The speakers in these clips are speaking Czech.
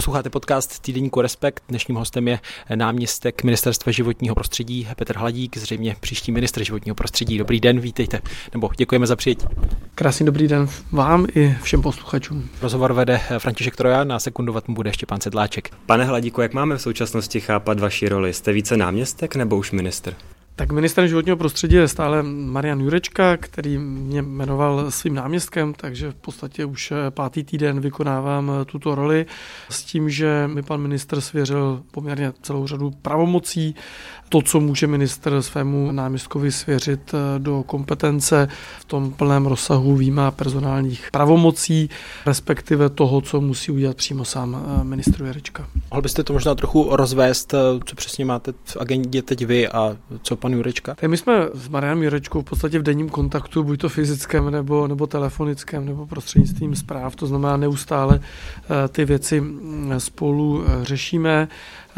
Posloucháte podcast týdeníku Respekt. Dnešním hostem je náměstek Ministerstva životního prostředí Petr Hladík, zřejmě příští ministr životního prostředí. Dobrý den, vítejte, nebo děkujeme za přijetí. Krásný dobrý den vám i všem posluchačům. Rozhovor vede František Trojan a sekundovat mu bude Štěpán Sedláček. Pane Hladíku, jak máme v současnosti chápat vaši roli? Jste více náměstek nebo už ministr? Tak ministrem životního prostředí je stále Marian Jurečka, který mě jmenoval svým náměstkem, takže v podstatě už 5. týden vykonávám tuto roli s tím, že mi pan ministr svěřil poměrně celou řadu pravomocí. To, co může ministr svému náměstkovi svěřit do kompetence v tom plném rozsahu výjima personálních pravomocí, respektive toho, co musí udělat přímo sám ministr Jurečka. Mohl byste to možná trochu rozvést, co přesně máte v agendě teď vy a co pan Jurečka? Tak my jsme s Marianem Jurečkou v podstatě v denním kontaktu, buď to fyzickém nebo telefonickém, nebo prostřednictvím zpráv, to znamená neustále ty věci spolu řešíme.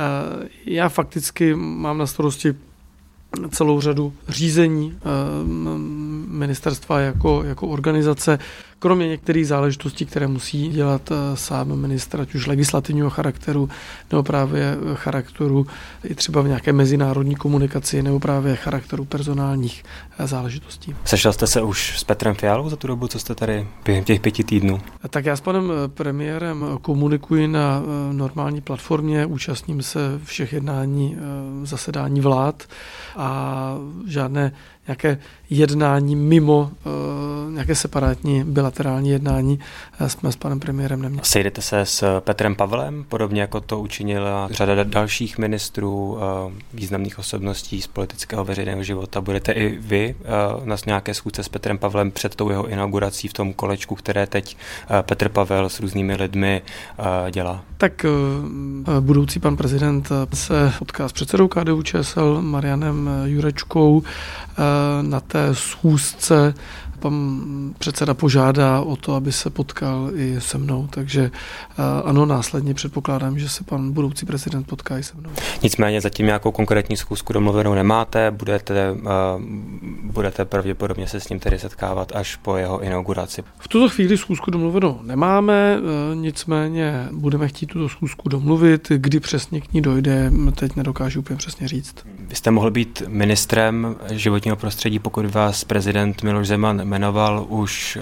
Já fakticky mám na starosti celou řadu řízení ministerstva jako organizace, kromě některých záležitostí, které musí dělat sám ministr, ať už legislativního charakteru, nebo právě charakteru i třeba v nějaké mezinárodní komunikaci, nebo právě charakteru personálních záležitostí. Sešel jste se už s Petrem Fialou za tu dobu, co jste tady během těch 5 týdnů? Tak já s panem premiérem komunikuji na normální platformě, účastním se všech jednání, zasedání vlád a žádné nějaké jednání mimo nějaké separátní bilaterální jednání jsme s panem premiérem neměli. Sejdete se s Petrem Pavlem, podobně jako to učinila řada dalších ministrů, významných osobností z politického veřejného života. Budete i vy na nějaké schůzce s Petrem Pavlem před tou jeho inaugurací v tom kolečku, které teď Petr Pavel s různými lidmi dělá? Tak budoucí pan prezident se potká s předsedou KDU-ČSL Marianem Jurečkou. Na té schůzce pan předseda požádá o to, aby se potkal i se mnou, takže ano, následně předpokládám, že se pan budoucí prezident potká i se mnou. Nicméně zatím nějakou konkrétní schůzku domluvenou nemáte, budete pravděpodobně se s ním tedy setkávat až po jeho inauguraci. V tuto chvíli schůzku domluvenou nemáme, nicméně budeme chtít tuto schůzku domluvit, kdy přesně k ní dojde, teď nedokážu úplně přesně říct. Vy jste mohl být ministrem životního prostředí, pokud vás prezident Miloš Zeman jmenoval už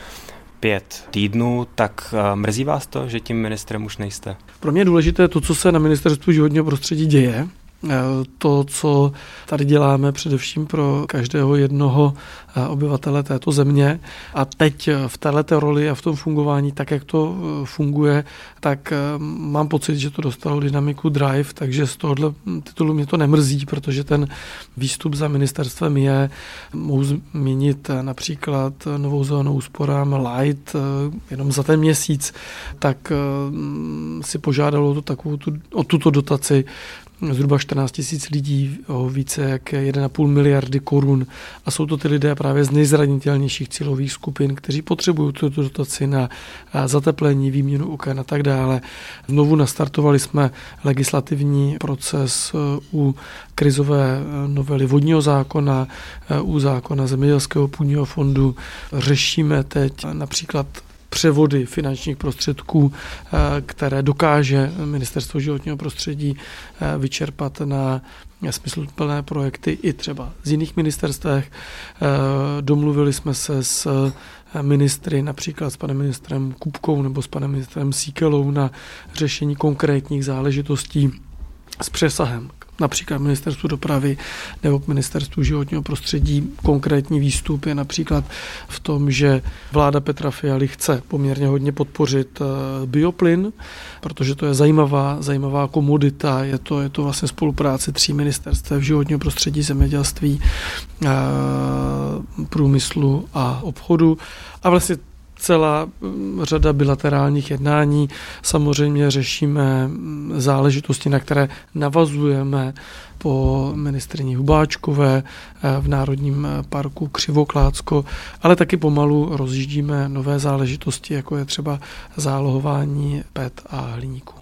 5 týdnů, tak mrzí vás to, že tím ministrem už nejste? Pro mě je důležité to, co se na ministerstvu životního prostředí děje. To, co tady děláme především pro každého jednoho obyvatele této země. A teď v této roli a v tom fungování, tak jak to funguje, tak mám pocit, že to dostalo dynamiku drive, takže z tohohle titulu mě to nemrzí, protože ten výstup za ministerstvem je, mohu zmínit například novou zelenou úsporám Light, jenom za ten měsíc, tak si požádalo o tuto dotaci zhruba 14 000 lidí, o více jak 1,5 miliardy korun. A jsou to ty lidé právě z nejzranitelnějších cílových skupin, kteří potřebují tuto dotaci na zateplení, výměnu oken a tak dále. Znovu nastartovali jsme legislativní proces u krizové novely vodního zákona, u zákona zemědělského půdního fondu. Řešíme teď například převody finančních prostředků, které dokáže Ministerstvo životního prostředí vyčerpat na smysluplné projekty i třeba z jiných ministerstvech. Domluvili jsme se s ministry, například s panem ministrem Kupkou nebo s panem ministrem Síkelou na řešení konkrétních záležitostí s přesahem například ministerstvu dopravy nebo ministerstvu životního prostředí. Konkrétní výstup je například v tom, že vláda Petra Fialy chce poměrně hodně podpořit bioplyn, protože to je zajímavá komodita. Je to vlastně spolupráce 3 ministerstev životního prostředí, zemědělství, průmyslu a obchodu. A vlastně celá řada bilaterálních jednání. Samozřejmě řešíme záležitosti, na které navazujeme po ministryni Hubáčkové v Národním parku Křivoklátsko, ale taky pomalu rozjíždíme nové záležitosti, jako je třeba zálohování PET a hliníku.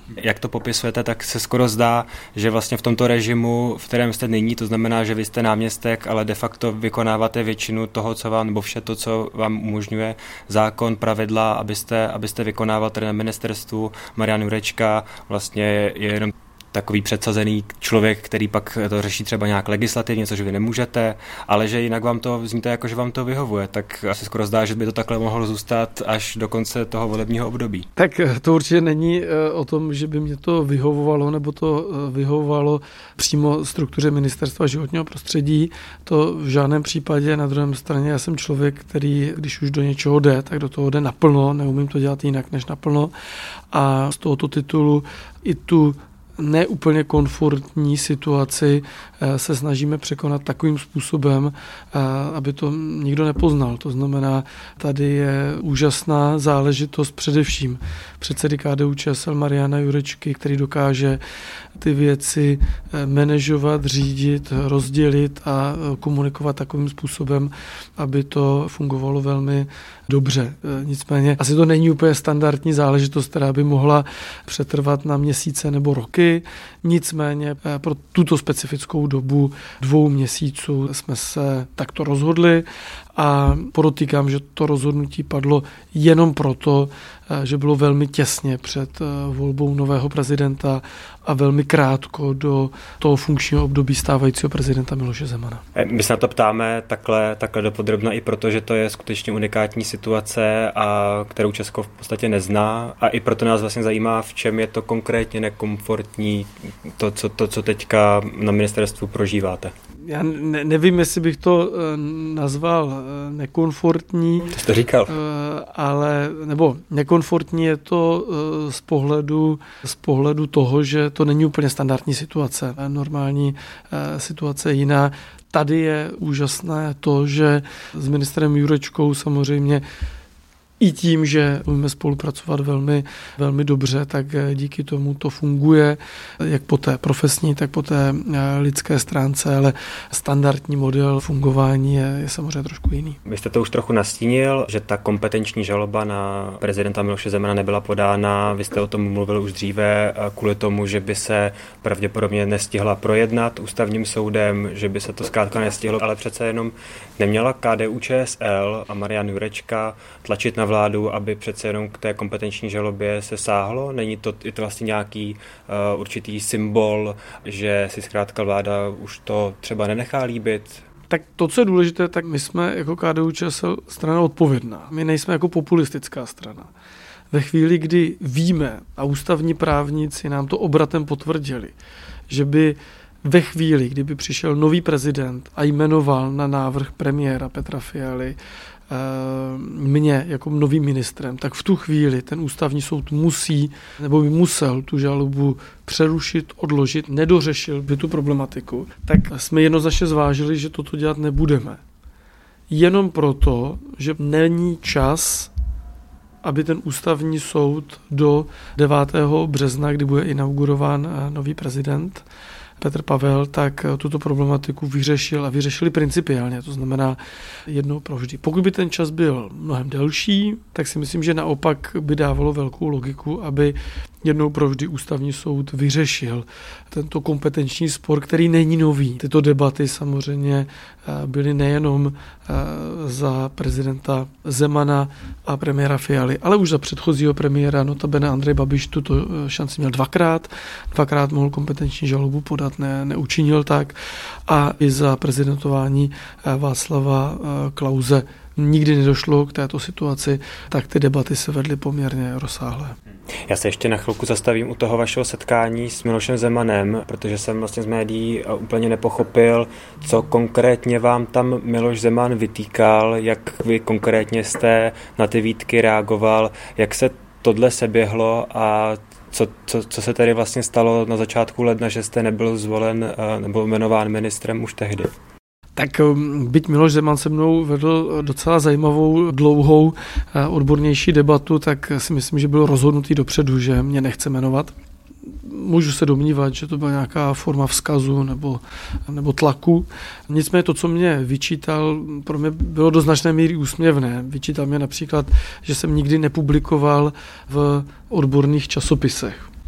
Jak to popisujete, tak se skoro zdá, že vlastně v tomto režimu, v kterém jste nyní, to znamená, že vy jste náměstek, ale de facto vykonáváte většinu toho, co vám, nebo vše to, co vám umožňuje zákon, pravidla, abyste vykonával tady na ministerstvu. Marian Jurečka vlastně je jenom takový předsazený člověk, který pak to řeší třeba nějak legislativně, což vy nemůžete, ale že jinak vám to zníte jako, že vám to vyhovuje, tak se skoro zdá, že by to takhle mohlo zůstat až do konce toho volebního období. Tak to určitě není o tom, že by mě to vyhovovalo, nebo to vyhovovalo přímo struktuře Ministerstva životního prostředí. To v žádném případě. Na druhém straně já jsem člověk, který, když už do něčeho jde, tak do toho jde naplno, neumím to dělat jinak než naplno. A z tohoto titulu i tu neúplně komfortní situaci se snažíme překonat takovým způsobem, aby to nikdo nepoznal. To znamená, tady je úžasná záležitost především předsedy KDU-ČSL Mariana Jurečky, který dokáže ty věci manažovat, řídit, rozdělit a komunikovat takovým způsobem, aby to fungovalo velmi dobře. Nicméně asi to není úplně standardní záležitost, která by mohla přetrvat na měsíce nebo roky. Nicméně pro tuto specifickou dobu 2 měsíců jsme se takto rozhodli a podotýkám, že to rozhodnutí padlo jenom proto, že bylo velmi těsně před volbou nového prezidenta a velmi krátko do toho funkčního období stávajícího prezidenta Miloše Zemana. My se na to ptáme takhle dopodrobna i proto, že to je skutečně unikátní situace, kterou Česko v podstatě nezná, a i proto nás vlastně zajímá, v čem je to konkrétně nekomfortní, to, co teďka na ministerstvu prožíváte. Já nevím, jestli bych to nazval nekomfortní. To jste říkal. Nebo nekomfortní je to z pohledu toho, že to není úplně standardní situace. Normální situace je jiná. Tady je úžasné to, že s ministrem Jurečkou samozřejmě i tím, že umíme spolupracovat velmi, velmi dobře, tak díky tomu to funguje, jak po té profesní, tak po té lidské stránce, ale standardní model fungování je samozřejmě trošku jiný. Vy jste to už trochu nastínil, že ta kompetenční žaloba na prezidenta Miloše Zemana nebyla podána. Vy jste o tom mluvil už dříve kvůli tomu, že by se pravděpodobně nestihla projednat ústavním soudem, že by se to zkrátka nestihlo, ale přece jenom neměla KDU-ČSL a Marian Jurečka tlačit na vládu, aby přece jenom k té kompetenční žalobě se sáhlo? Není to vlastně nějaký určitý symbol, že si zkrátka vláda už to třeba nenechá líbit? Tak to, co je důležité, tak my jsme jako KDU-ČSL strana odpovědná. My nejsme jako populistická strana. Ve chvíli, kdy víme, a ústavní právníci nám to obratem potvrdili, že by ve chvíli, kdyby přišel nový prezident a jmenoval na návrh premiéra Petra Fialy mě jako novým ministrem, tak v tu chvíli ten ústavní soud musí, nebo by musel tu žalobu přerušit, odložit, nedořešil by tu problematiku, tak jsme jednoznačně zvážili, že toto dělat nebudeme. Jenom proto, že není čas, aby ten ústavní soud do 9. března, kdy bude inaugurován nový prezident Petr Pavel, tak tuto problematiku vyřešil a vyřešili principiálně, to znamená jednou provždy. Pokud by ten čas byl mnohem delší, tak si myslím, že naopak by dávalo velkou logiku, aby jednou provždy ústavní soud vyřešil tento kompetenční spor, který není nový. Tyto debaty samozřejmě byly nejenom za prezidenta Zemana a premiéra Fialy, ale už za předchozího premiéra, notabene Andrej Babiš tuto šanci měl dvakrát mohl kompetenční žalobu podat, neučinil tak, a i za prezidentování Václava Klause nikdy nedošlo k této situaci, tak ty debaty se vedly poměrně rozsáhlé. Já se ještě na chvilku zastavím u toho vašeho setkání s Milošem Zemanem, protože jsem vlastně z médií úplně nepochopil, co konkrétně vám tam Miloš Zeman vytýkal, jak vy konkrétně jste na ty výtky reagoval, jak se tohle seběhlo a co se tady vlastně stalo na začátku ledna, že jste nebyl zvolen nebo jmenován ministrem už tehdy? Tak byť Miloš Zeman se mnou vedl docela zajímavou, dlouhou, odbornější debatu, tak si myslím, že byl rozhodnutý dopředu, že mě nechce jmenovat. Můžu se domnívat, že to byla nějaká forma vzkazu nebo tlaku. Nicméně to, co mě vyčítal, pro mě bylo do značné míry úsměvné. Vyčítal mě například, že jsem nikdy nepublikoval v odborných časopisech.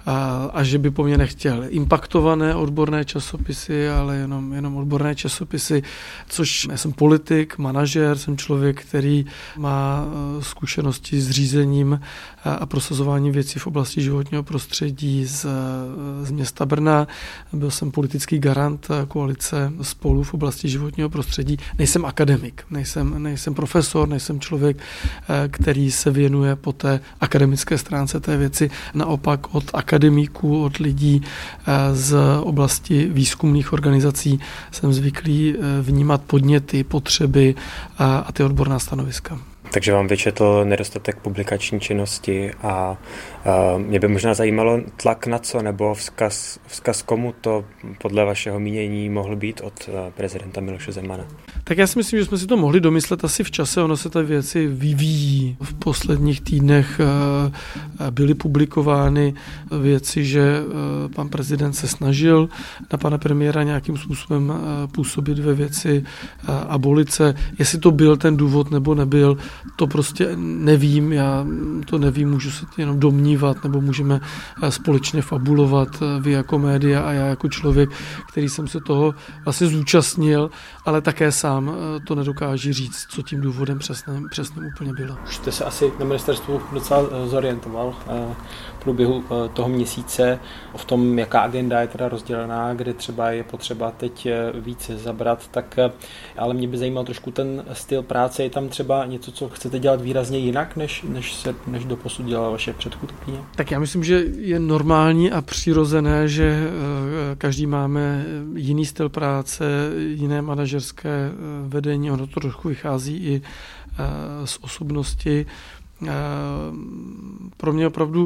a že by po mně nechtěl impaktované odborné časopisy, ale jenom odborné časopisy, což já jsem politik, manažer, jsem člověk, který má zkušenosti s řízením a prosazováním věcí v oblasti životního prostředí z města Brna. Byl jsem politický garant koalice Spolu v oblasti životního prostředí. Nejsem akademik, nejsem profesor, nejsem člověk, který se věnuje po té akademické stránce té věci. Naopak od akademiků, od lidí z oblasti výzkumných organizací jsem zvyklý vnímat podněty, potřeby a ty odborná stanoviska. Takže vám vyčetl nedostatek publikační činnosti a mě by možná zajímalo tlak na co, nebo vzkaz komu to podle vašeho mínění mohl být od prezidenta Miloše Zemana? Tak já si myslím, že jsme si to mohli domyslet asi v čase, ono se ty věci vyvíjí. V posledních týdnech byly publikovány věci, že pan prezident se snažil na pana premiéra nějakým způsobem působit ve věci abolice. Jestli to byl ten důvod nebo nebyl, to prostě nevím, já to nevím, můžu se jenom domnívat, nebo můžeme společně fabulovat, vy jako média a já jako člověk, který jsem se toho vlastně zúčastnil, ale také sám to nedokáží říct, co tím důvodem přesným úplně bylo. Už jste se asi na ministerstvu docela zorientoval v průběhu toho měsíce v tom, jaká agenda je teda rozdělená, kde třeba je potřeba teď víc zabrat, tak ale mě by zajímal trošku ten styl práce. Je tam třeba něco, co chcete dělat výrazně jinak, než doposud dělala vaše předchůdkyně? Tak já myslím, že je normální a přirozené, že každý máme jiný styl práce, jiné manažerské vedení. Ono to trošku vychází i z osobnosti. Pro mě opravdu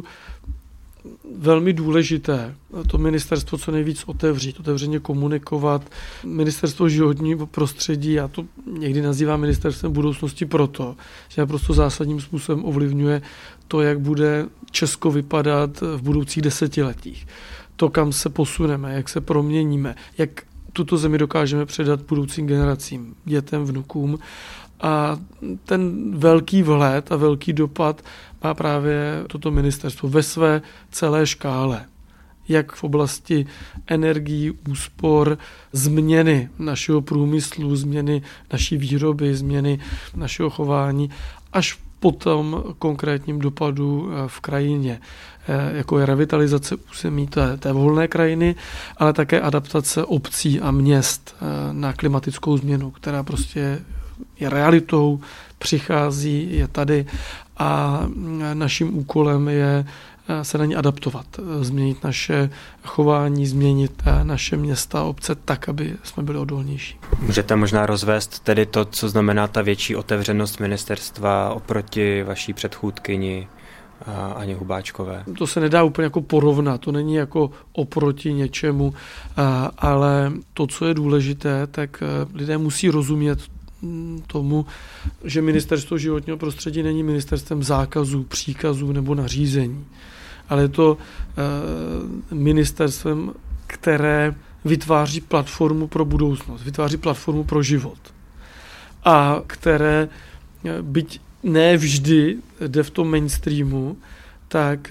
velmi důležité to ministerstvo co nejvíc otevřít, otevřeně komunikovat. Ministerstvo životního prostředí, já to někdy nazývám ministerstvem budoucnosti proto, že naprosto zásadním způsobem ovlivňuje to, jak bude Česko vypadat v budoucích desetiletích. To, kam se posuneme, jak se proměníme, jak tuto zemi dokážeme předat budoucím generacím, dětem, vnukům. A ten velký vhled a velký dopad má právě toto ministerstvo ve své celé škále. Jak v oblasti energií, úspor, změny našeho průmyslu, změny naší výroby, změny našeho chování, až po tom konkrétním dopadu v krajině, jako je revitalizace území té volné krajiny, ale také adaptace obcí a měst na klimatickou změnu, která prostě je realitou, přichází, je tady a naším úkolem je se na ní adaptovat, změnit naše chování, změnit naše města a obce tak, aby jsme byli odolnější. Můžete možná rozvést tedy to, co znamená ta větší otevřenost ministerstva oproti vaší předchůdkyni Aně Hubáčkové? To se nedá úplně jako porovnat, to není jako oproti něčemu, ale to, co je důležité, tak lidé musí rozumět tomu, že ministerstvo životního prostředí není ministerstvem zákazů, příkazů nebo nařízení, ale je to ministerstvem, které vytváří platformu pro budoucnost, vytváří platformu pro život a které, byť ne vždy jde v tom mainstreamu, tak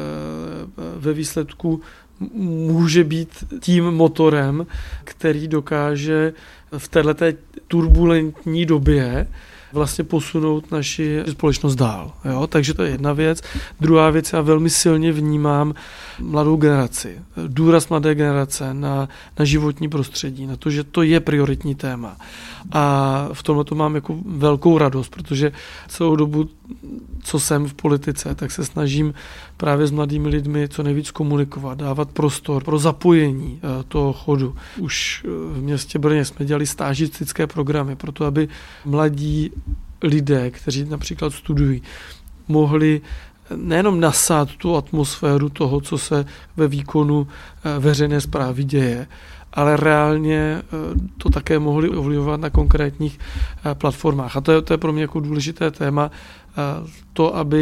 ve výsledku může být tím motorem, který dokáže v této turbulentní době vlastně posunout naši společnost dál. Jo? Takže to je jedna věc. Druhá věc, já velmi silně vnímám mladou generaci. Důraz mladé generace na životní prostředí, na to, že to je prioritní téma. A v tomhle to mám jako velkou radost, protože celou dobu, co jsem v politice, tak se snažím právě s mladými lidmi co nejvíc komunikovat, dávat prostor pro zapojení toho chodu. Už v městě Brně jsme dělali stážistické programy pro to, aby mladí lidé, kteří například studují, mohli nejenom nasát tu atmosféru toho, co se ve výkonu veřejné správy děje, ale reálně to také mohli ovlivňovat na konkrétních platformách. A to je pro mě jako důležité téma, to, aby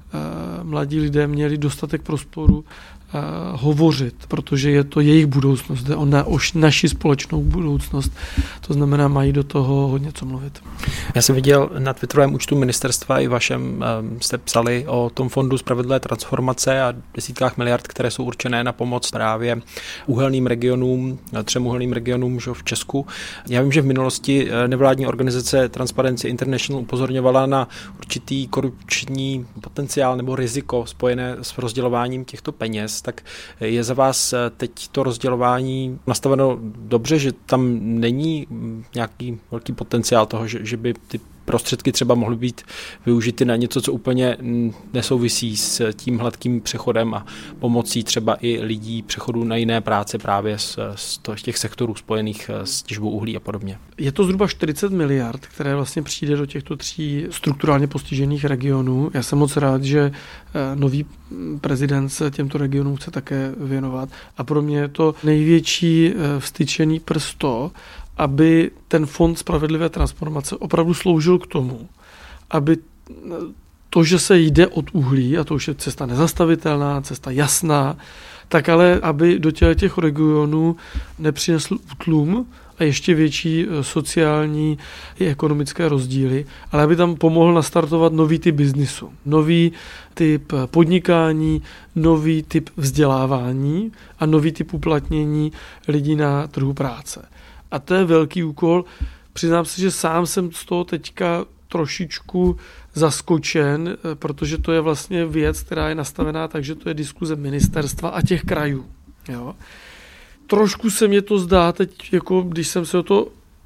mladí lidé měli dostatek prostoru hovořit, protože je to jejich budoucnost, jde o naši společnou budoucnost. To znamená, mají do toho hodně co mluvit. Já jsem viděl na twitterovém účtu ministerstva i vašem, jste psali o tom fondu spravedlivé transformace a desítkách miliard, které jsou určené na pomoc právě uhelným regionům, 3 uhelným regionům v Česku. Já vím, že v minulosti nevládní organizace Transparency International upozorňovala na určitý korupční potenciál nebo riziko spojené s rozdělováním těchto peněz. Tak je za vás teď to rozdělování nastaveno dobře, že tam není nějaký velký potenciál toho, že by ty prostředky třeba mohly být využity na něco, co úplně nesouvisí s tím hladkým přechodem a pomocí třeba i lidí přechodu na jiné práce právě z těch sektorů spojených s těžbou uhlí a podobně. Je to zhruba 40 miliard, které vlastně přijde do těchto 3 strukturálně postižených regionů. Já jsem moc rád, že nový prezident se těmto regionům chce také věnovat a pro mě je to největší vstyčený prst to, aby ten fond spravedlivé transformace opravdu sloužil k tomu, aby to, že se jde od uhlí, a to už je cesta nezastavitelná, cesta jasná, tak ale aby do těch regionů nepřinesl útlum a ještě větší sociální i ekonomické rozdíly, ale aby tam pomohl nastartovat nový typ biznisu, nový typ podnikání, nový typ vzdělávání a nový typ uplatnění lidí na trhu práce. A to je velký úkol. Přiznám se, že sám jsem z toho teďka trošičku zaskočen, protože to je vlastně věc, která je nastavená tak, že to je diskuze ministerstva a těch krajů. Jo. Trošku se mě to zdá teď, jako když jsem se o to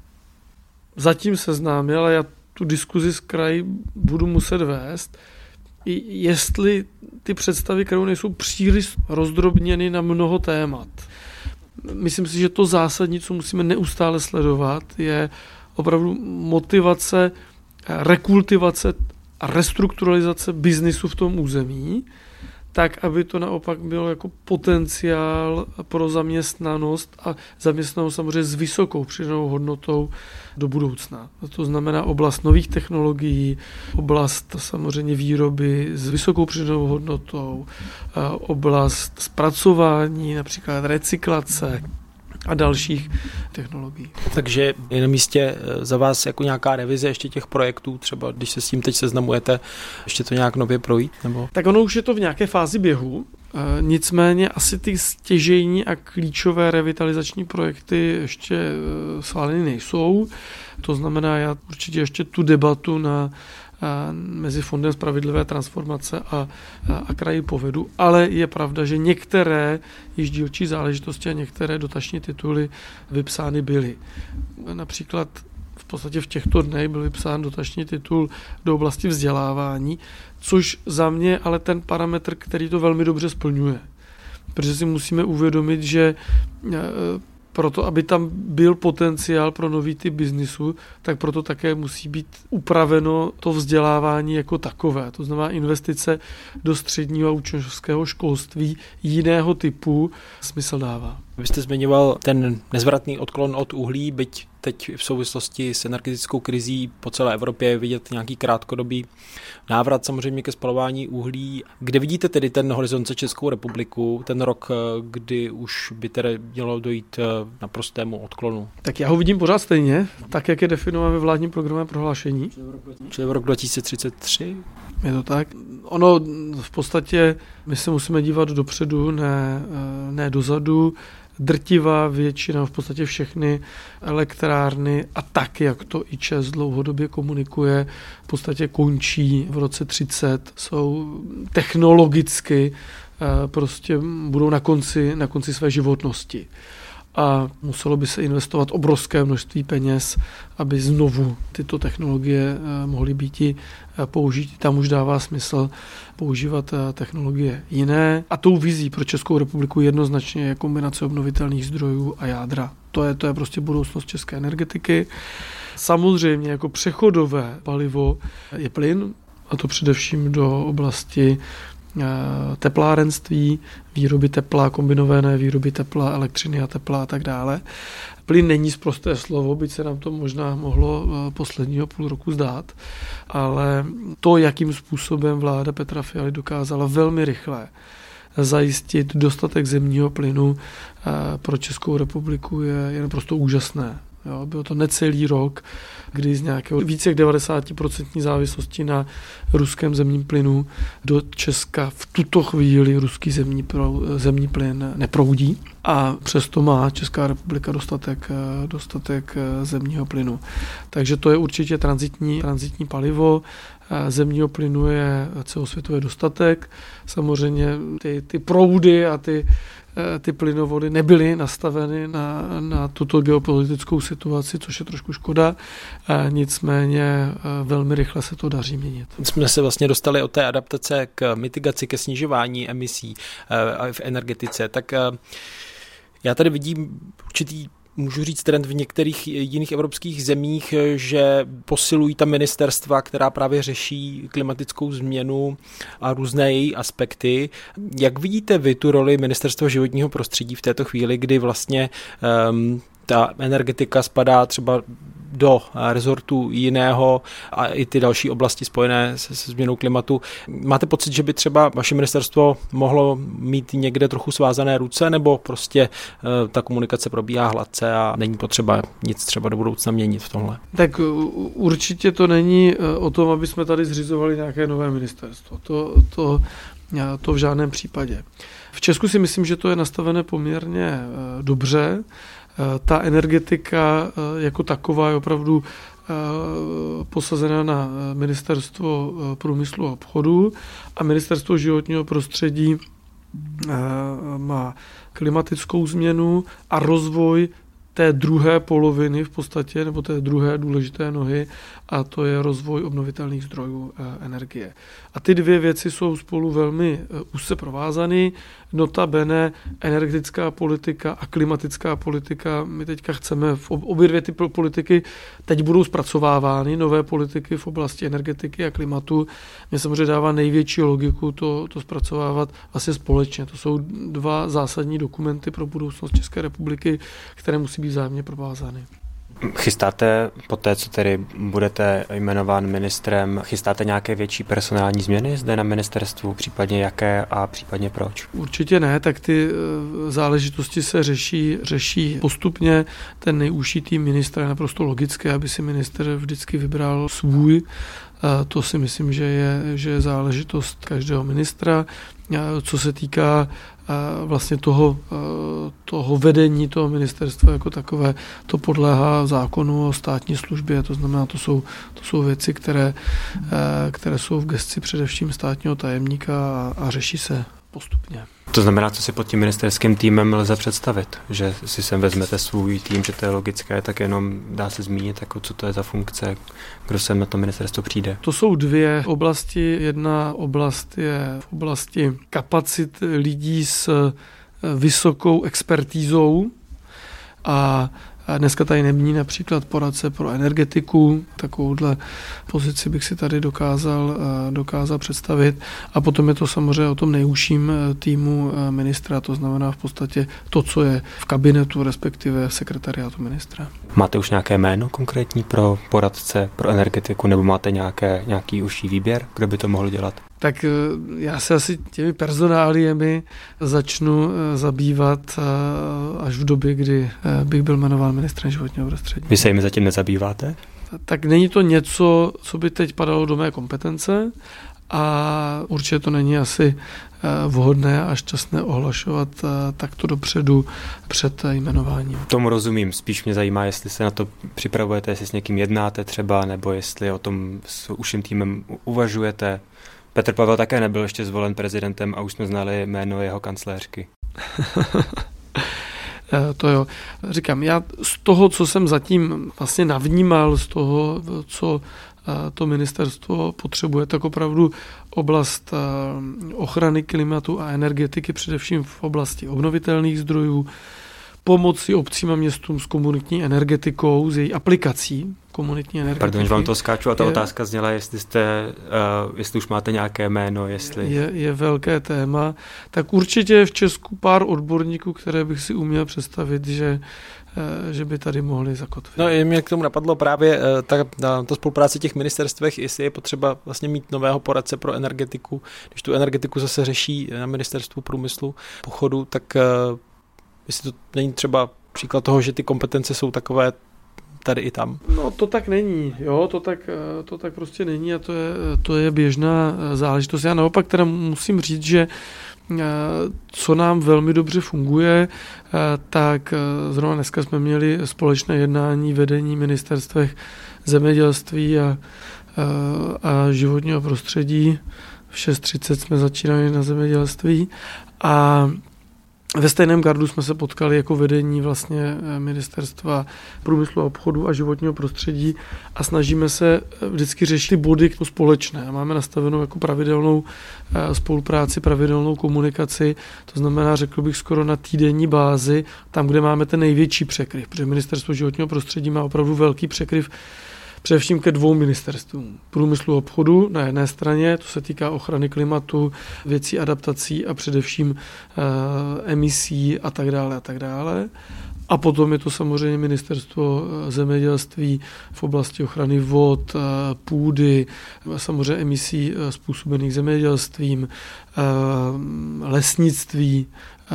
zatím seznámil, a já tu diskuzi s kraji budu muset vést, jestli ty představy krajů nejsou příliš rozdrobněny na mnoho témat. Myslím si, že to zásadní, co musíme neustále sledovat, je opravdu motivace, rekultivace a restrukturalizace biznisu v tom území, tak, aby to naopak bylo jako potenciál pro zaměstnanost a zaměstnanost samozřejmě s vysokou přidanou hodnotou do budoucna. To znamená oblast nových technologií, oblast samozřejmě výroby s vysokou přidanou hodnotou, oblast zpracování, například recyklace a dalších technologií. Takže je na místě za vás jako nějaká revize ještě těch projektů, třeba když se s tím teď seznamujete, ještě to nějak nově projít? Nebo? Tak ono už je to v nějaké fázi běhu, nicméně asi ty stěžejní a klíčové revitalizační projekty ještě schváleny nejsou. To znamená, já určitě ještě tu debatu mezi Fondem spravedlivé transformace a kraji povedu, ale je pravda, že některé již dílčí záležitosti a některé dotační tituly vypsány byly. Například v podstatě v těchto dnech byl vypsán dotační titul do oblasti vzdělávání, což za mě ale ten parametr, který to velmi dobře splňuje. Protože si musíme uvědomit, že proto, aby tam byl potenciál pro nový typ biznisu, tak proto také musí být upraveno to vzdělávání jako takové. To znamená investice do středního a učňovského školství jiného typu smysl dává. Vy jste zmiňoval ten nezvratný odklon od uhlí, byť teď v souvislosti s energetickou krizí po celé Evropě je vidět nějaký krátkodobý návrat samozřejmě ke spalování uhlí. Kde vidíte tedy ten horizont za Českou republiku, ten rok, kdy už by tedy mělo dojít naprostému odklonu? Tak já ho vidím pořád stejně, tak jak je definován ve vládním programovém prohlášení. Čili v rok 2033? Je to tak. Ono v podstatě, my se musíme dívat dopředu, ne dozadu. Drtivá většina, v podstatě všechny elektrárny a tak, jak to i ČEZ dlouhodobě komunikuje, v podstatě končí v roce 30, jsou technologicky prostě budou na konci své životnosti. A muselo by se investovat obrovské množství peněz, aby znovu tyto technologie mohly být i použity. Tam už dává smysl používat technologie jiné. A tou vizí pro Českou republiku jednoznačně je kombinace obnovitelných zdrojů a jádra. To je prostě budoucnost české energetiky. Samozřejmě jako přechodové palivo je plyn, a to především do oblasti teplárenství, výroby tepla, kombinované výroby tepla, elektřiny a tepla a tak dále. Plyn není sprosté slovo, byť se nám to možná mohlo posledního půl roku zdát, ale to, jakým způsobem vláda Petra Fialy dokázala velmi rychle zajistit dostatek zemního plynu pro Českou republiku, je naprosto úžasné. Jo, bylo to necelý rok, kdy z nějakého více jak 90% závislosti na ruském zemním plynu do Česka v tuto chvíli ruský zemní plyn neproudí a přesto má Česká republika dostatek zemního plynu. Takže to je určitě tranzitní palivo. Zemního plynu je celosvětově dostatek. Samozřejmě ty proudy a ty plynovody nebyly nastaveny na tuto geopolitickou situaci, což je trošku škoda. Nicméně velmi rychle se to daří měnit. Jsme se vlastně dostali od té adaptace k mitigaci, ke snižování emisí v energetice. Tak já tady vidím určitý, můžu říct, trend v některých jiných evropských zemích, že posilují ta ministerstva, která právě řeší klimatickou změnu a různé její aspekty. Jak vidíte vy tu roli Ministerstva životního prostředí v této chvíli, kdy vlastně ta energetika spadá třeba do rezortu jiného a i ty další oblasti spojené se změnou klimatu. Máte pocit, že by třeba vaše ministerstvo mohlo mít někde trochu svázané ruce, nebo prostě ta komunikace probíhá hladce a není potřeba nic třeba do budoucna měnit v tomhle? Tak určitě to není o tom, aby jsme tady zřizovali nějaké nové ministerstvo. To v žádném případě. V Česku si myslím, že to je nastavené poměrně dobře. Ta energetika jako taková je opravdu posazená na Ministerstvo průmyslu a obchodu a Ministerstvo životního prostředí má klimatickou změnu a rozvoj té druhé poloviny v podstatě, nebo té druhé důležité nohy, a to je rozvoj obnovitelných zdrojů energie. A ty dvě věci jsou spolu velmi úzce provázány. Notabene energetická politika a klimatická politika, my teďka chceme, obě dvě ty politiky teď budou zpracovávány, nové politiky v oblasti energetiky a klimatu. Mně samozřejmě dává největší logiku to zpracovávat vlastně společně. To jsou dva zásadní dokumenty pro budoucnost České republiky, které musí být vzájemně provázány. Chystáte po té, co tedy budete jmenován ministrem, chystáte nějaké větší personální změny zde na ministerstvu, případně jaké a případně proč? Určitě ne, tak ty záležitosti se řeší postupně. Ten nejúžší tým ministra je naprosto logické, aby si ministr vždycky vybral svůj. To si myslím, že je záležitost každého ministra. Co se týká vlastně toho vedení toho ministerstva jako takové, to podléhá zákonu o státní službě, to znamená, to jsou věci, které jsou v gesci především státního tajemníka a řeší se postupně. To znamená, co si pod tím ministerským týmem lze představit? Že si sem vezmete svůj tým, že to je logické, tak jenom dá se zmínit, jako co to je za funkce, kdo sem na to ministerstvo přijde? To jsou dvě oblasti. Jedna oblast je v oblasti kapacit lidí s vysokou expertízou a dneska tady nemní například poradce pro energetiku, takovouhle pozici bych si tady dokázal představit. A potom je to samozřejmě o tom nejúžším týmu ministra, to znamená v podstatě to, co je v kabinetu, respektive v sekretariátu ministra. Máte už nějaké jméno konkrétní pro poradce pro energetiku, nebo máte nějaký užší výběr, kdo by to mohl dělat? Tak já se asi těmi personáliemi začnu zabývat až v době, kdy bych byl jmenován ministrem životního prostředí. Vy se jimi zatím nezabýváte? Tak není to něco, co by teď padalo do mé kompetence a určitě to není asi vhodné a šťastné ohlašovat takto dopředu před jmenováním. Tomu rozumím. Spíš mě zajímá, jestli se na to připravujete, jestli s někým jednáte třeba, nebo jestli o tom s užším týmem uvažujete. Petr Pavel také nebyl ještě zvolen prezidentem a už jsme znali jméno jeho kancléřky. To jo. Říkám, já z toho, co jsem zatím vlastně navnímal, z toho, co to ministerstvo potřebuje, tak opravdu oblast ochrany klimatu a energetiky, především v oblasti obnovitelných zdrojů, pomoci obcím a městům s komunitní energetikou, s její aplikací komunitní energetiky. Pardon, že vám to skáču a ta otázka zněla, jestli už máte nějaké jméno, jestli... Je velké téma. Tak určitě v Česku pár odborníků, které bych si uměl představit, že by tady mohli zakotvit. No i mě k tomu napadlo právě ta spolupráce těch ministerstvech, jestli je potřeba vlastně mít nového poradce pro energetiku. Když tu energetiku zase řeší na ministerstvu průmyslu pochodu, tak jestli to není třeba příklad toho, že ty kompetence jsou takové tady i tam. No to tak není, jo, to tak prostě není a to je běžná záležitost. Já naopak teda musím říct, že co nám velmi dobře funguje, tak zrovna dneska jsme měli společné jednání vedení ministerstvech zemědělství a životního prostředí. V 6:30 jsme začínali na zemědělství a ve stejném gardu jsme se potkali jako vedení vlastně ministerstva průmyslu a obchodu a životního prostředí a snažíme se vždycky řešit ty body společné. Máme nastavenou jako pravidelnou spolupráci, pravidelnou komunikaci, to znamená, řekl bych skoro na týdenní bázi, tam, kde máme ten největší překryv, protože ministerstvo životního prostředí má opravdu velký překryv především ke dvou ministerstvům. Průmyslu a obchodu na jedné straně, to se týká ochrany klimatu, věcí adaptací a především emisí a tak dále a tak dále. A potom je to samozřejmě ministerstvo zemědělství v oblasti ochrany vod, půdy, samozřejmě emisí způsobených zemědělstvím, lesnictví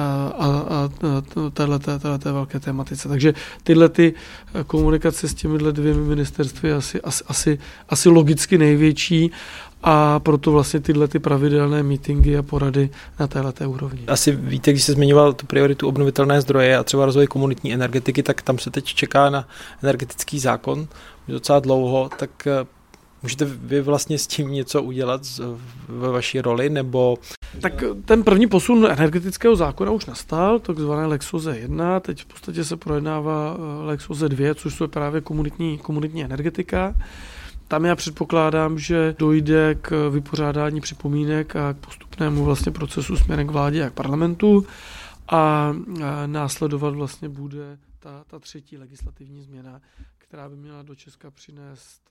a téhleté velké tematice. Takže tyhle ty komunikace s těmihle dvěmi ministerstvy je asi logicky největší a proto vlastně tyhle ty pravidelné meetingy a porady na téhleté úrovni. Asi víte, když se zmiňoval tu prioritu obnovitelné zdroje a třeba rozvoj komunitní energetiky, tak tam se teď čeká na energetický zákon už docela dlouho, tak můžete vy vlastně s tím něco udělat ve vaší roli, nebo... Tak ten první posun energetického zákona už nastal, takzvané Lex OZE 1, teď v podstatě se projednává Lex OZE 2, což je právě komunitní energetika. Tam já předpokládám, že dojde k vypořádání připomínek a k postupnému vlastně procesu směrem k vládě a k parlamentu a následovat vlastně bude ta třetí legislativní změna, která by měla do Česka přinést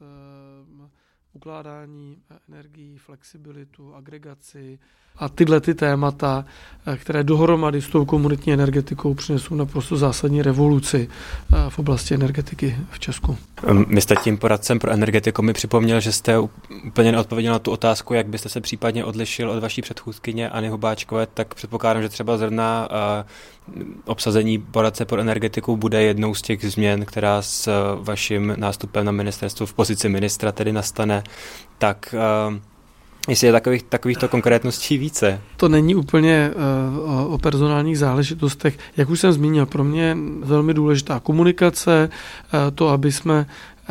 ukládání energií, flexibilitu, agregaci a tyhle ty témata, které dohromady s tou komunitní energetikou přinesou naprosto zásadní revoluci v oblasti energetiky v Česku. Vy jste tím poradcem pro energetiku mi připomněl, že jste úplně neodpověděl na tu otázku, jak byste se případně odlišil od vaší předchůdkyně Anny Hubáčkové, tak předpokládám, že třeba zrovna obsazení poradce pro energetiku bude jednou z těch změn, která s vaším nástupem na ministerstvu v pozici ministra tedy nastane, tak jestli je takovýchto konkrétností více. To není úplně o personálních záležitostech. Jak už jsem zmínil, pro mě je velmi důležitá komunikace, to, aby jsme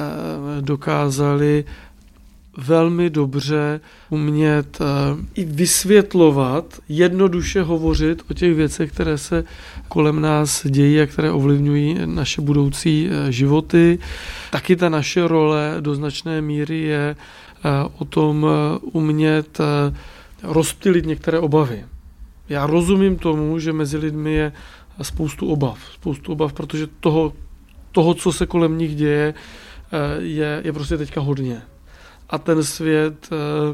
dokázali velmi dobře umět i vysvětlovat, jednoduše hovořit o těch věcech, které se kolem nás dějí a které ovlivňují naše budoucí životy. Taky ta naše role do značné míry je o tom umět rozptýlit některé obavy. Já rozumím tomu, že mezi lidmi je spoustu obav, protože toho, co se kolem nich děje, je prostě teďka hodně. A ten svět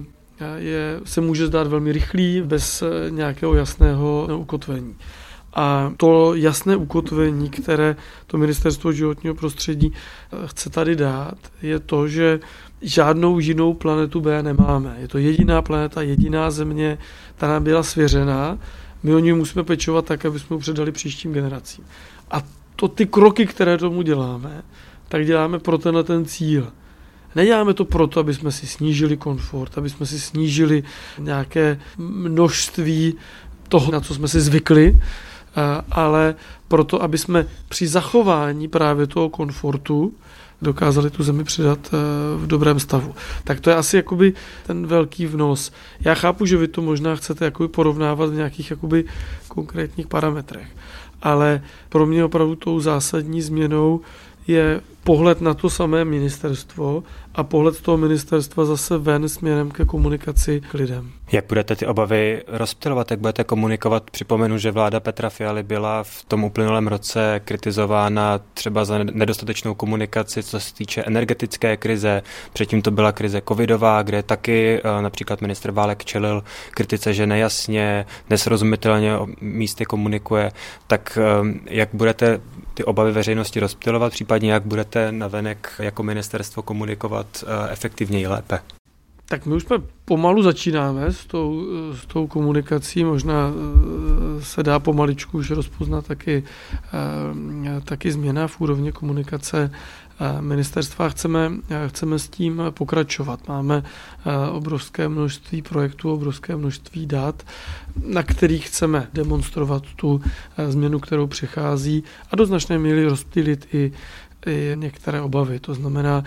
se může zdát velmi rychlý, bez nějakého jasného ukotvení. A to jasné ukotvení, které to Ministerstvo životního prostředí chce tady dát, je to, že žádnou jinou planetu B nemáme. Je to jediná planeta, jediná země, ta nám byla svěřená. My o ní musíme pečovat tak, aby jsme ji předali příštím generacím. A ty kroky, které tomu děláme, tak děláme pro ten cíl. Neděláme to proto, aby jsme si snížili komfort, aby jsme si snížili nějaké množství toho, na co jsme si zvykli, ale proto, aby jsme při zachování právě toho komfortu dokázali tu zemi předat v dobrém stavu. Tak to je asi jakoby ten velký vnos. Já chápu, že vy to možná chcete jakoby porovnávat v nějakých jakoby konkrétních parametrech, ale pro mě opravdu tou zásadní změnou je pohled na to samé ministerstvo a pohled z toho ministerstva zase ven směrem ke komunikaci k lidem. Jak budete ty obavy rozptylovat, jak budete komunikovat? Připomenu, že vláda Petra Fialy byla v tom uplynulém roce kritizována třeba za nedostatečnou komunikaci, co se týče energetické krize. Předtím to byla krize covidová, kde taky například ministr Válek čelil kritice, že nejasně, nesrozumitelně místy komunikuje. Tak jak budete ty obavy veřejnosti rozptylovat, případně jak budete navenek jako ministerstvo komunikovat efektivněji, lépe? Tak my už jsme pomalu začínáme s tou komunikací, možná se dá pomaličku už rozpoznat taky změna v úrovni komunikace ministerstva. Chceme s tím pokračovat. Máme obrovské množství projektů, obrovské množství dat, na kterých chceme demonstrovat tu změnu, kterou přichází a do značné míry rozptýlit i některé obavy. To znamená,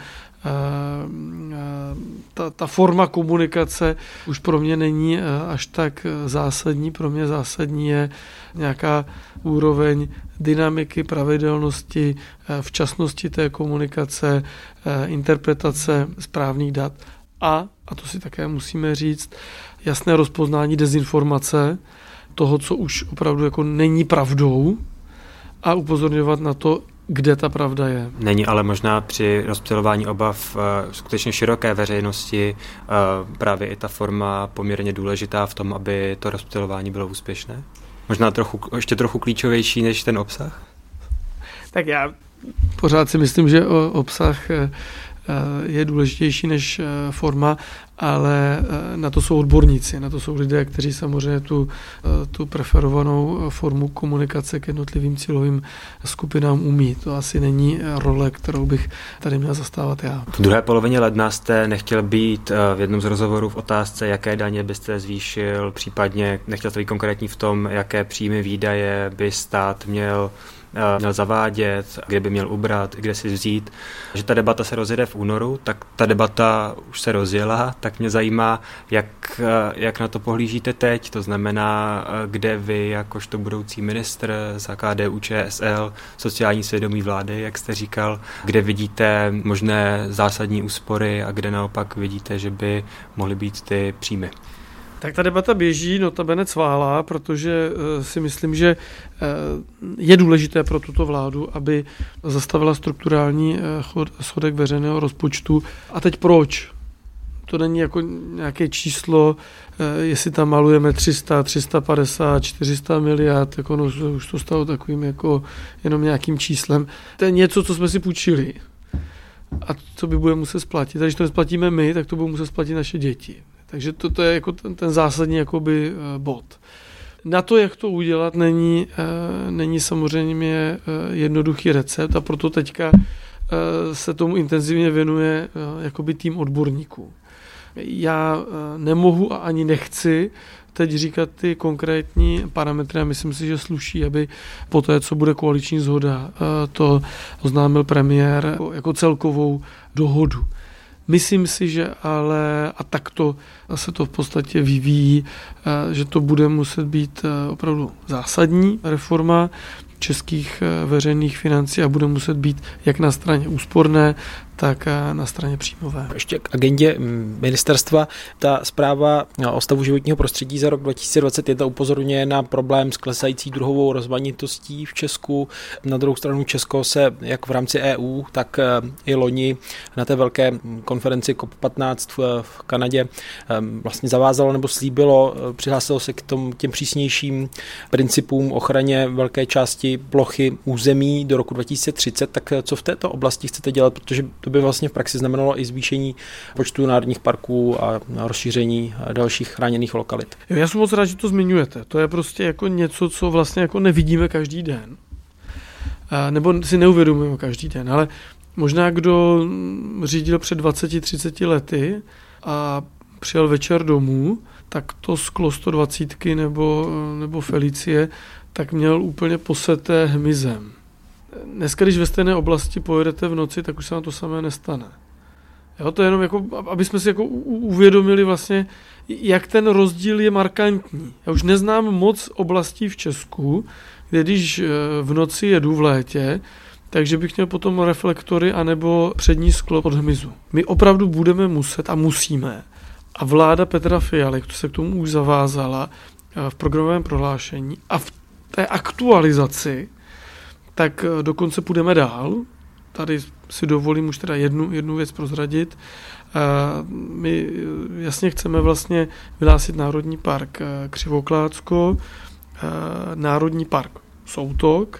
ta forma komunikace už pro mě není až tak zásadní. Pro mě zásadní je nějaká úroveň dynamiky, pravidelnosti, včasnosti té komunikace, interpretace správných dat a to si také musíme říct, jasné rozpoznání dezinformace, toho, co už opravdu jako není pravdou a upozorňovat na to, kde ta pravda je. Není ale možná při rozptylování obav skutečně široké veřejnosti právě i ta forma poměrně důležitá v tom, aby to rozptylování bylo úspěšné? Možná ještě trochu klíčovější než ten obsah? Tak já pořád si myslím, že obsah je důležitější než forma, ale na to jsou odborníci, na to jsou lidé, kteří samozřejmě tu preferovanou formu komunikace k jednotlivým cílovým skupinám umí. To asi není role, kterou bych tady měl zastávat já. V druhé polovině ledna jste nechtěl být v jednom z rozhovorů v otázce, jaké daně byste zvýšil, případně nechtěl jste být konkrétní v tom, jaké příjmy, výdaje by stát měl zavádět, kde by měl ubrat, kde si vzít. Že ta debata se rozjede v únoru, tak ta debata už se rozjela, tak mě zajímá, jak na to pohlížíte teď, to znamená, kde vy, jakožto budoucí ministr za KDU-ČSL, sociální svědomí vlády, jak jste říkal, kde vidíte možné zásadní úspory a kde naopak vidíte, že by mohly být ty příjmy. Tak ta debata běží, notabene cvála, protože si myslím, že je důležité pro tuto vládu, aby zastavila strukturální schodek veřejného rozpočtu. A teď proč? To není jako nějaké číslo, jestli tam malujeme 300, 350, 400 miliard, jako už to stalo takovým jako jenom nějakým číslem. To je něco, co jsme si půjčili a co by budeme muset splatit. A když to nesplatíme my, tak to budou muset splatit naše děti. Takže to je jako ten zásadní jakoby bod. Na to, jak to udělat, není samozřejmě jednoduchý recept a proto teďka se tomu intenzivně věnuje jakoby tým odborníků. Já nemohu a ani nechci teď říkat ty konkrétní parametry a myslím si, že sluší, aby po té, co bude koaliční shoda, to oznámil premiér jako celkovou dohodu. Myslím si, že ale, a takto se to v podstatě vyvíjí, že to bude muset být opravdu zásadní reforma českých veřejných financí a bude muset být jak na straně úsporné, tak na straně příjmové. Ještě k agendě ministerstva. Ta zpráva o stavu životního prostředí za rok 2021 upozorňuje na problém s klesající druhovou rozmanitostí v Česku. Na druhou stranu Česko se jak v rámci EU, tak i loni na té velké konferenci COP15 v Kanadě vlastně zavázalo nebo slíbilo, přihlásilo se k těm přísnějším principům ochraně velké části plochy území do roku 2030. Tak co v této oblasti chcete dělat, protože to by vlastně v praxi znamenalo i zvýšení počtu národních parků a rozšíření dalších chráněných lokalit. Já jsem moc rád, že to zmiňujete. To je prostě jako něco, co vlastně jako nevidíme každý den. Nebo si neuvědomujeme každý den. Ale možná kdo řídil před 20-30 lety a přijel večer domů, tak to sklo 120 nebo Felicie, tak měl úplně poseté hmyzem. Dneska, když ve stejné oblasti pojedete v noci, tak už se na to samé nestane. Jo, to je jenom jako, aby jsme si jako uvědomili vlastně, jak ten rozdíl je markantní. Já už neznám moc oblastí v Česku, kde když v noci jedu v létě, takže bych měl potom reflektory anebo přední sklo od hmyzu. My opravdu budeme muset a musíme, a vláda Petra Fialy se k tomu už zavázala v programovém prohlášení a v té aktualizaci, tak dokonce půjdeme dál. Tady si dovolím už teda jednu věc prozradit. My jasně chceme vlastně vyhlásit Národní park Křivoklátsko, Národní park Soutok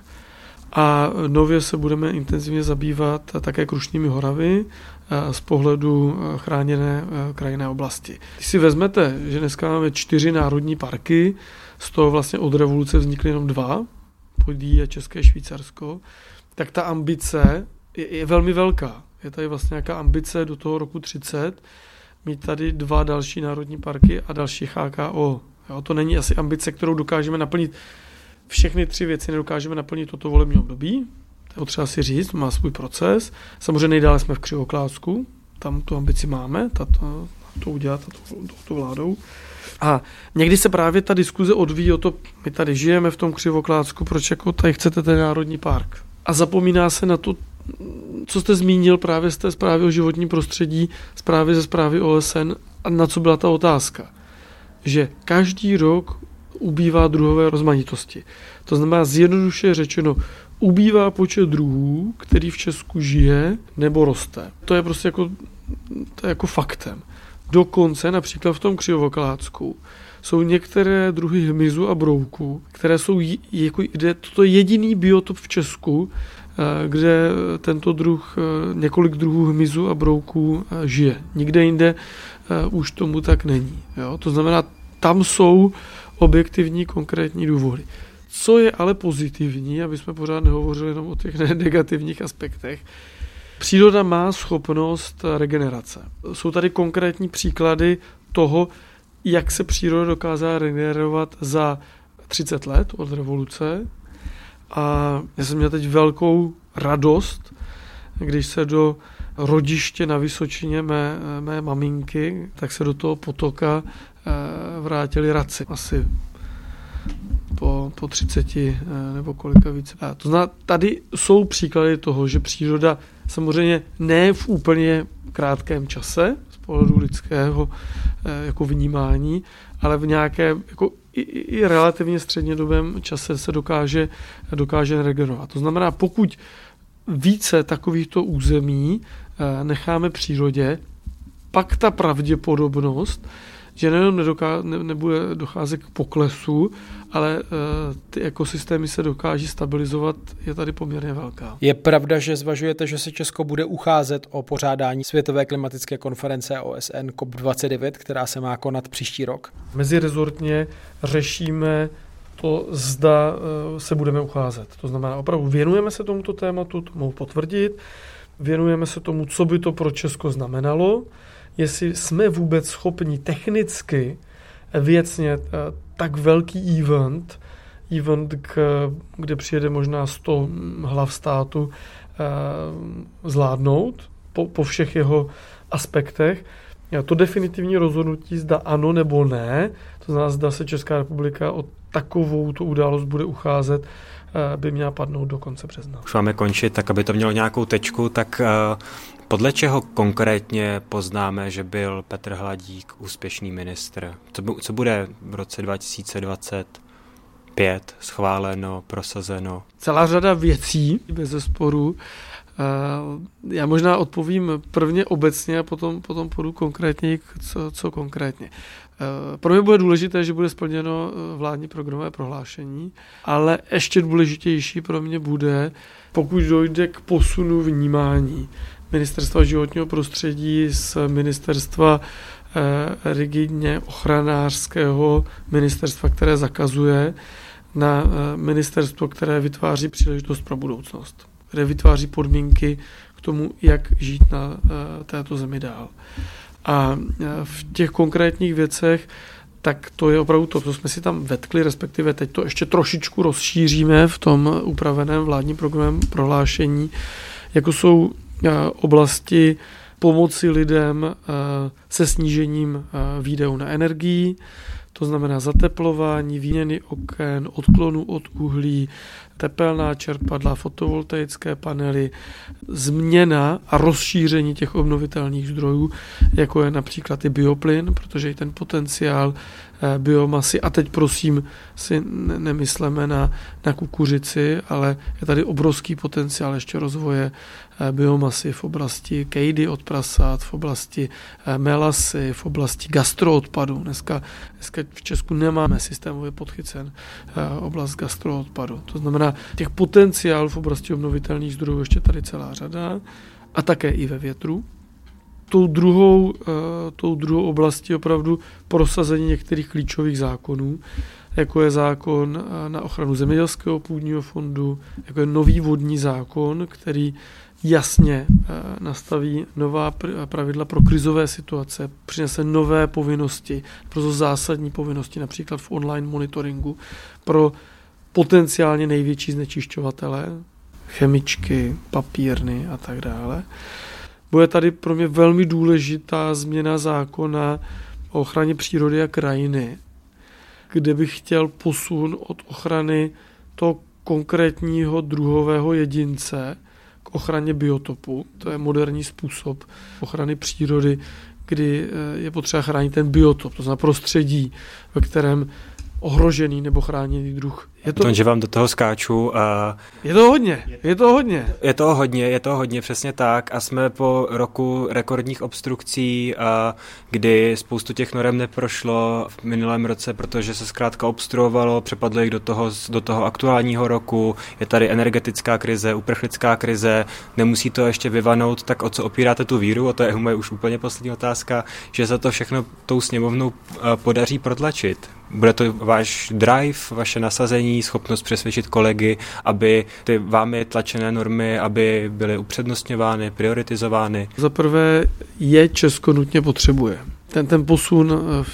a nově se budeme intenzivně zabývat také Krušnými horami z pohledu chráněné krajinné oblasti. Když si vezmete, že dneska máme 4 národní parky, z toho vlastně od revoluce vznikly jenom 2, Podyjí a České Švýcarsko, tak ta ambice je velmi velká. Je tady vlastně nějaká ambice do toho roku 30 mít tady 2 další národní parky a další HKO. Jo, to není asi ambice, kterou dokážeme naplnit. Všechny 3 věci nedokážeme naplnit toto volební období. To je třeba si říct, má svůj proces. Samozřejmě nejdále jsme v Křivoklátsku, tam tu ambici máme, to udělat touto vládou. A někdy se právě ta diskuze odvíjí o to, my tady žijeme v tom Křivoklátsku, proč jako tady chcete ten národní park. A zapomíná se na to, co jste zmínil právě z té zprávy o životním prostředí, ze zprávy OSN, a na co byla ta otázka. Že každý rok ubývá druhové rozmanitosti. To znamená, zjednoduše řečeno, ubývá počet druhů, který v Česku žije nebo roste. To je prostě jako faktem. Dokonce například v tom Křivoklátsku jsou některé druhy hmyzu a brouků, které jsou to je jediný biotop v Česku, kde tento druh, několik druhů hmyzu a brouků žije. Nikde jinde už tomu tak není. Jo? To znamená, tam jsou objektivní konkrétní důvody. Co je ale pozitivní, aby jsme pořád nehovořili jenom o těch negativních aspektech, příroda má schopnost regenerace. Jsou tady konkrétní příklady toho, jak se příroda dokázala regenerovat za 30 let od revoluce. A já jsem měl teď velkou radost, když se do rodiště na Vysočině mé maminky, tak se do toho potoka vrátili raci. Asi po 30 nebo kolika více. To znamená, tady jsou příklady toho, že příroda samozřejmě ne v úplně krátkém čase z pohledu lidského jako vnímání, ale v nějaké jako i relativně střednědobém čase se dokáže regenerovat. To znamená, pokud více takovýchto území necháme přírodě, pak ta pravděpodobnost, že nejenom nebude docházet k poklesu, ale ty ekosystémy se dokáží stabilizovat, je tady poměrně velká. Je pravda, že zvažujete, že se Česko bude ucházet o pořádání Světové klimatické konference OSN COP29, která se má konat příští rok? Mezirezortně řešíme to, zda se budeme ucházet. To znamená, opravdu věnujeme se tomuto tématu, to mohu potvrdit, věnujeme se tomu, co by to pro Česko znamenalo, jestli jsme vůbec schopni technicky věcně tak velký event, kde přijede možná 100 hlav státu, zvládnout po všech jeho aspektech. To definitivní rozhodnutí, zda ano nebo ne, to znamená, zda se Česká republika o takovou tu událost bude ucházet, by měla padnout do konce března. Už máme končit, tak aby to mělo nějakou tečku, tak podle čeho konkrétně poznáme, že byl Petr Hladík úspěšný ministr? Co bude v roce 2025 schváleno, prosazeno? Celá řada věcí, bez zesporu. Já možná odpovím prvně obecně a potom půjdu konkrétně, co konkrétně. Pro mě bude důležité, že bude splněno vládní programové prohlášení, ale ještě důležitější pro mě bude, pokud dojde k posunu vnímání Ministerstva životního prostředí z ministerstva rigidně ochranářského ministerstva, které zakazuje, na ministerstvo, které vytváří příležitost pro budoucnost, které vytváří podmínky k tomu, jak žít na této zemi dál. A v těch konkrétních věcech, tak to je opravdu to, co jsme si tam vetkli, respektive teď to ještě trošičku rozšíříme v tom upraveném vládním programovém prohlášení, jako jsou oblasti pomoci lidem se snížením výdajů na energii. To znamená zateplování, výměny oken, odklonu od uhlí, tepelná čerpadla, fotovoltaické panely, změna a rozšíření těch obnovitelných zdrojů, jako je například i bioplyn, protože i ten potenciál biomasy, a teď prosím si nemysleme na kukuřici, ale je tady obrovský potenciál ještě rozvoje biomasy v oblasti kejdy od prasat, v oblasti melasy, v oblasti gastroodpadu. Dneska v Česku nemáme systémově podchycen oblast gastroodpadu. To znamená, těch potenciálů v oblasti obnovitelných zdrojů ještě tady celá řada a také i ve větru. Tou druhou oblastí opravdu prosazení některých klíčových zákonů, jako je zákon na ochranu zemědělského půdního fondu, jako je nový vodní zákon, který jasně nastaví nová pravidla pro krizové situace, přinese nové povinnosti, pro zásadní povinnosti, například v online monitoringu, pro potenciálně největší znečišťovatele, chemičky, papírny a tak dále. Bude tady pro mě velmi důležitá změna zákona o ochraně přírody a krajiny, kde bych chtěl posun od ochrany toho konkrétního druhového jedince k ochraně biotopu. To je moderní způsob ochrany přírody, kdy je potřeba chránit ten biotop, to znamená prostředí, ve kterém ohrožený nebo chráněný druh. Že vám do toho skáču. Je to hodně, přesně tak. A jsme po roku rekordních obstrukcí, kdy spoustu těch norem neprošlo v minulém roce, protože se zkrátka obstruovalo, přepadlo jich do toho aktuálního roku. Je tady energetická krize, uprchlická krize, nemusí to ještě vyvanout, tak o co opíráte tu víru? A to je moje už úplně poslední otázka, že se to všechno tou sněmovnou podaří protlačit. Bude to váš drive, vaše nasazení, schopnost přesvědčit kolegy, aby ty vámi tlačené normy, aby byly upřednostňovány, prioritizovány? Za prvé je Česko nutně potřebuje. Ten posun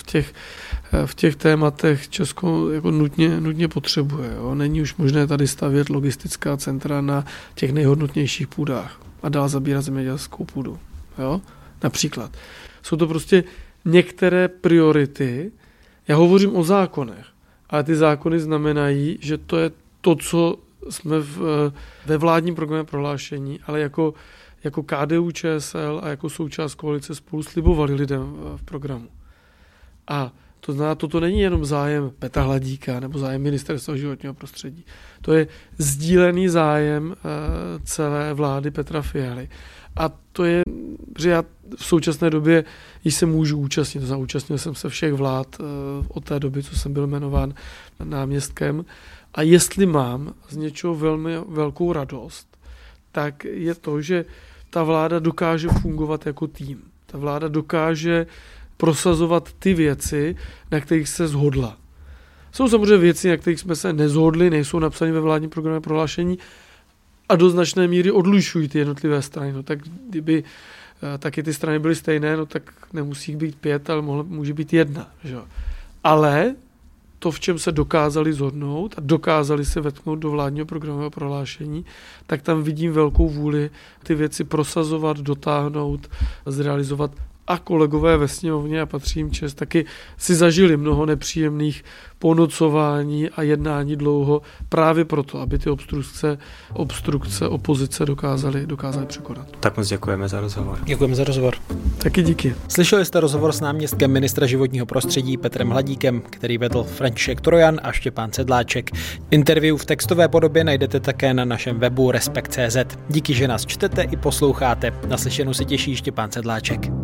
v těch tématech Česko jako nutně potřebuje. Jo. Není už možné tady stavět logistická centra na těch nejhodnotnějších půdách a dál zabírat zemědělskou půdu. Jo. Například. Jsou to prostě některé priority. Já hovořím o zákonech, ale ty zákony znamenají, že to je to, co jsme ve vládním programovém prohlášení, ale jako KDU-ČSL a jako součást koalice spolu slibovali lidem v programu. A to znamená, toto není jenom zájem Petra Hladíka nebo zájem Ministerstva životního prostředí. To je sdílený zájem celé vlády Petra Fialy. A to je, že já v současné době již se můžu účastnit. To znamená, účastnil jsem se všech vlád od té doby, co jsem byl jmenován náměstkem. A jestli mám z něčeho velmi velkou radost, tak je to, že ta vláda dokáže fungovat jako tým. Ta vláda dokáže prosazovat ty věci, na kterých se shodla. Jsou samozřejmě věci, na kterých jsme se nezhodli, nejsou napsané ve vládním programovém prohlášení a do značné míry odlišují ty jednotlivé strany. No tak kdyby taky ty strany byly stejné, no tak nemusí být 5, ale může být 1. Že? Ale to, v čem se dokázali shodnout a dokázali se vetknout do vládního programového prohlášení, tak tam vidím velkou vůli ty věci prosazovat, dotáhnout, zrealizovat. A kolegové ve sněmovně, a patří jim čest, taky si zažili mnoho nepříjemných ponocování a jednání dlouho právě proto, aby ty obstrukce opozice dokázali překonat. Tak moc děkujeme za rozhovor. Děkujeme za rozhovor. Taky díky. Slyšeli jste rozhovor s náměstkem ministra životního prostředí Petrem Hladíkem, který vedl František Trojan a Štěpán Sedláček. Interview v textové podobě najdete také na našem webu respekt.cz. Díky, že nás čtete i posloucháte. Naslyšenou se těší Štěpán Sedláček.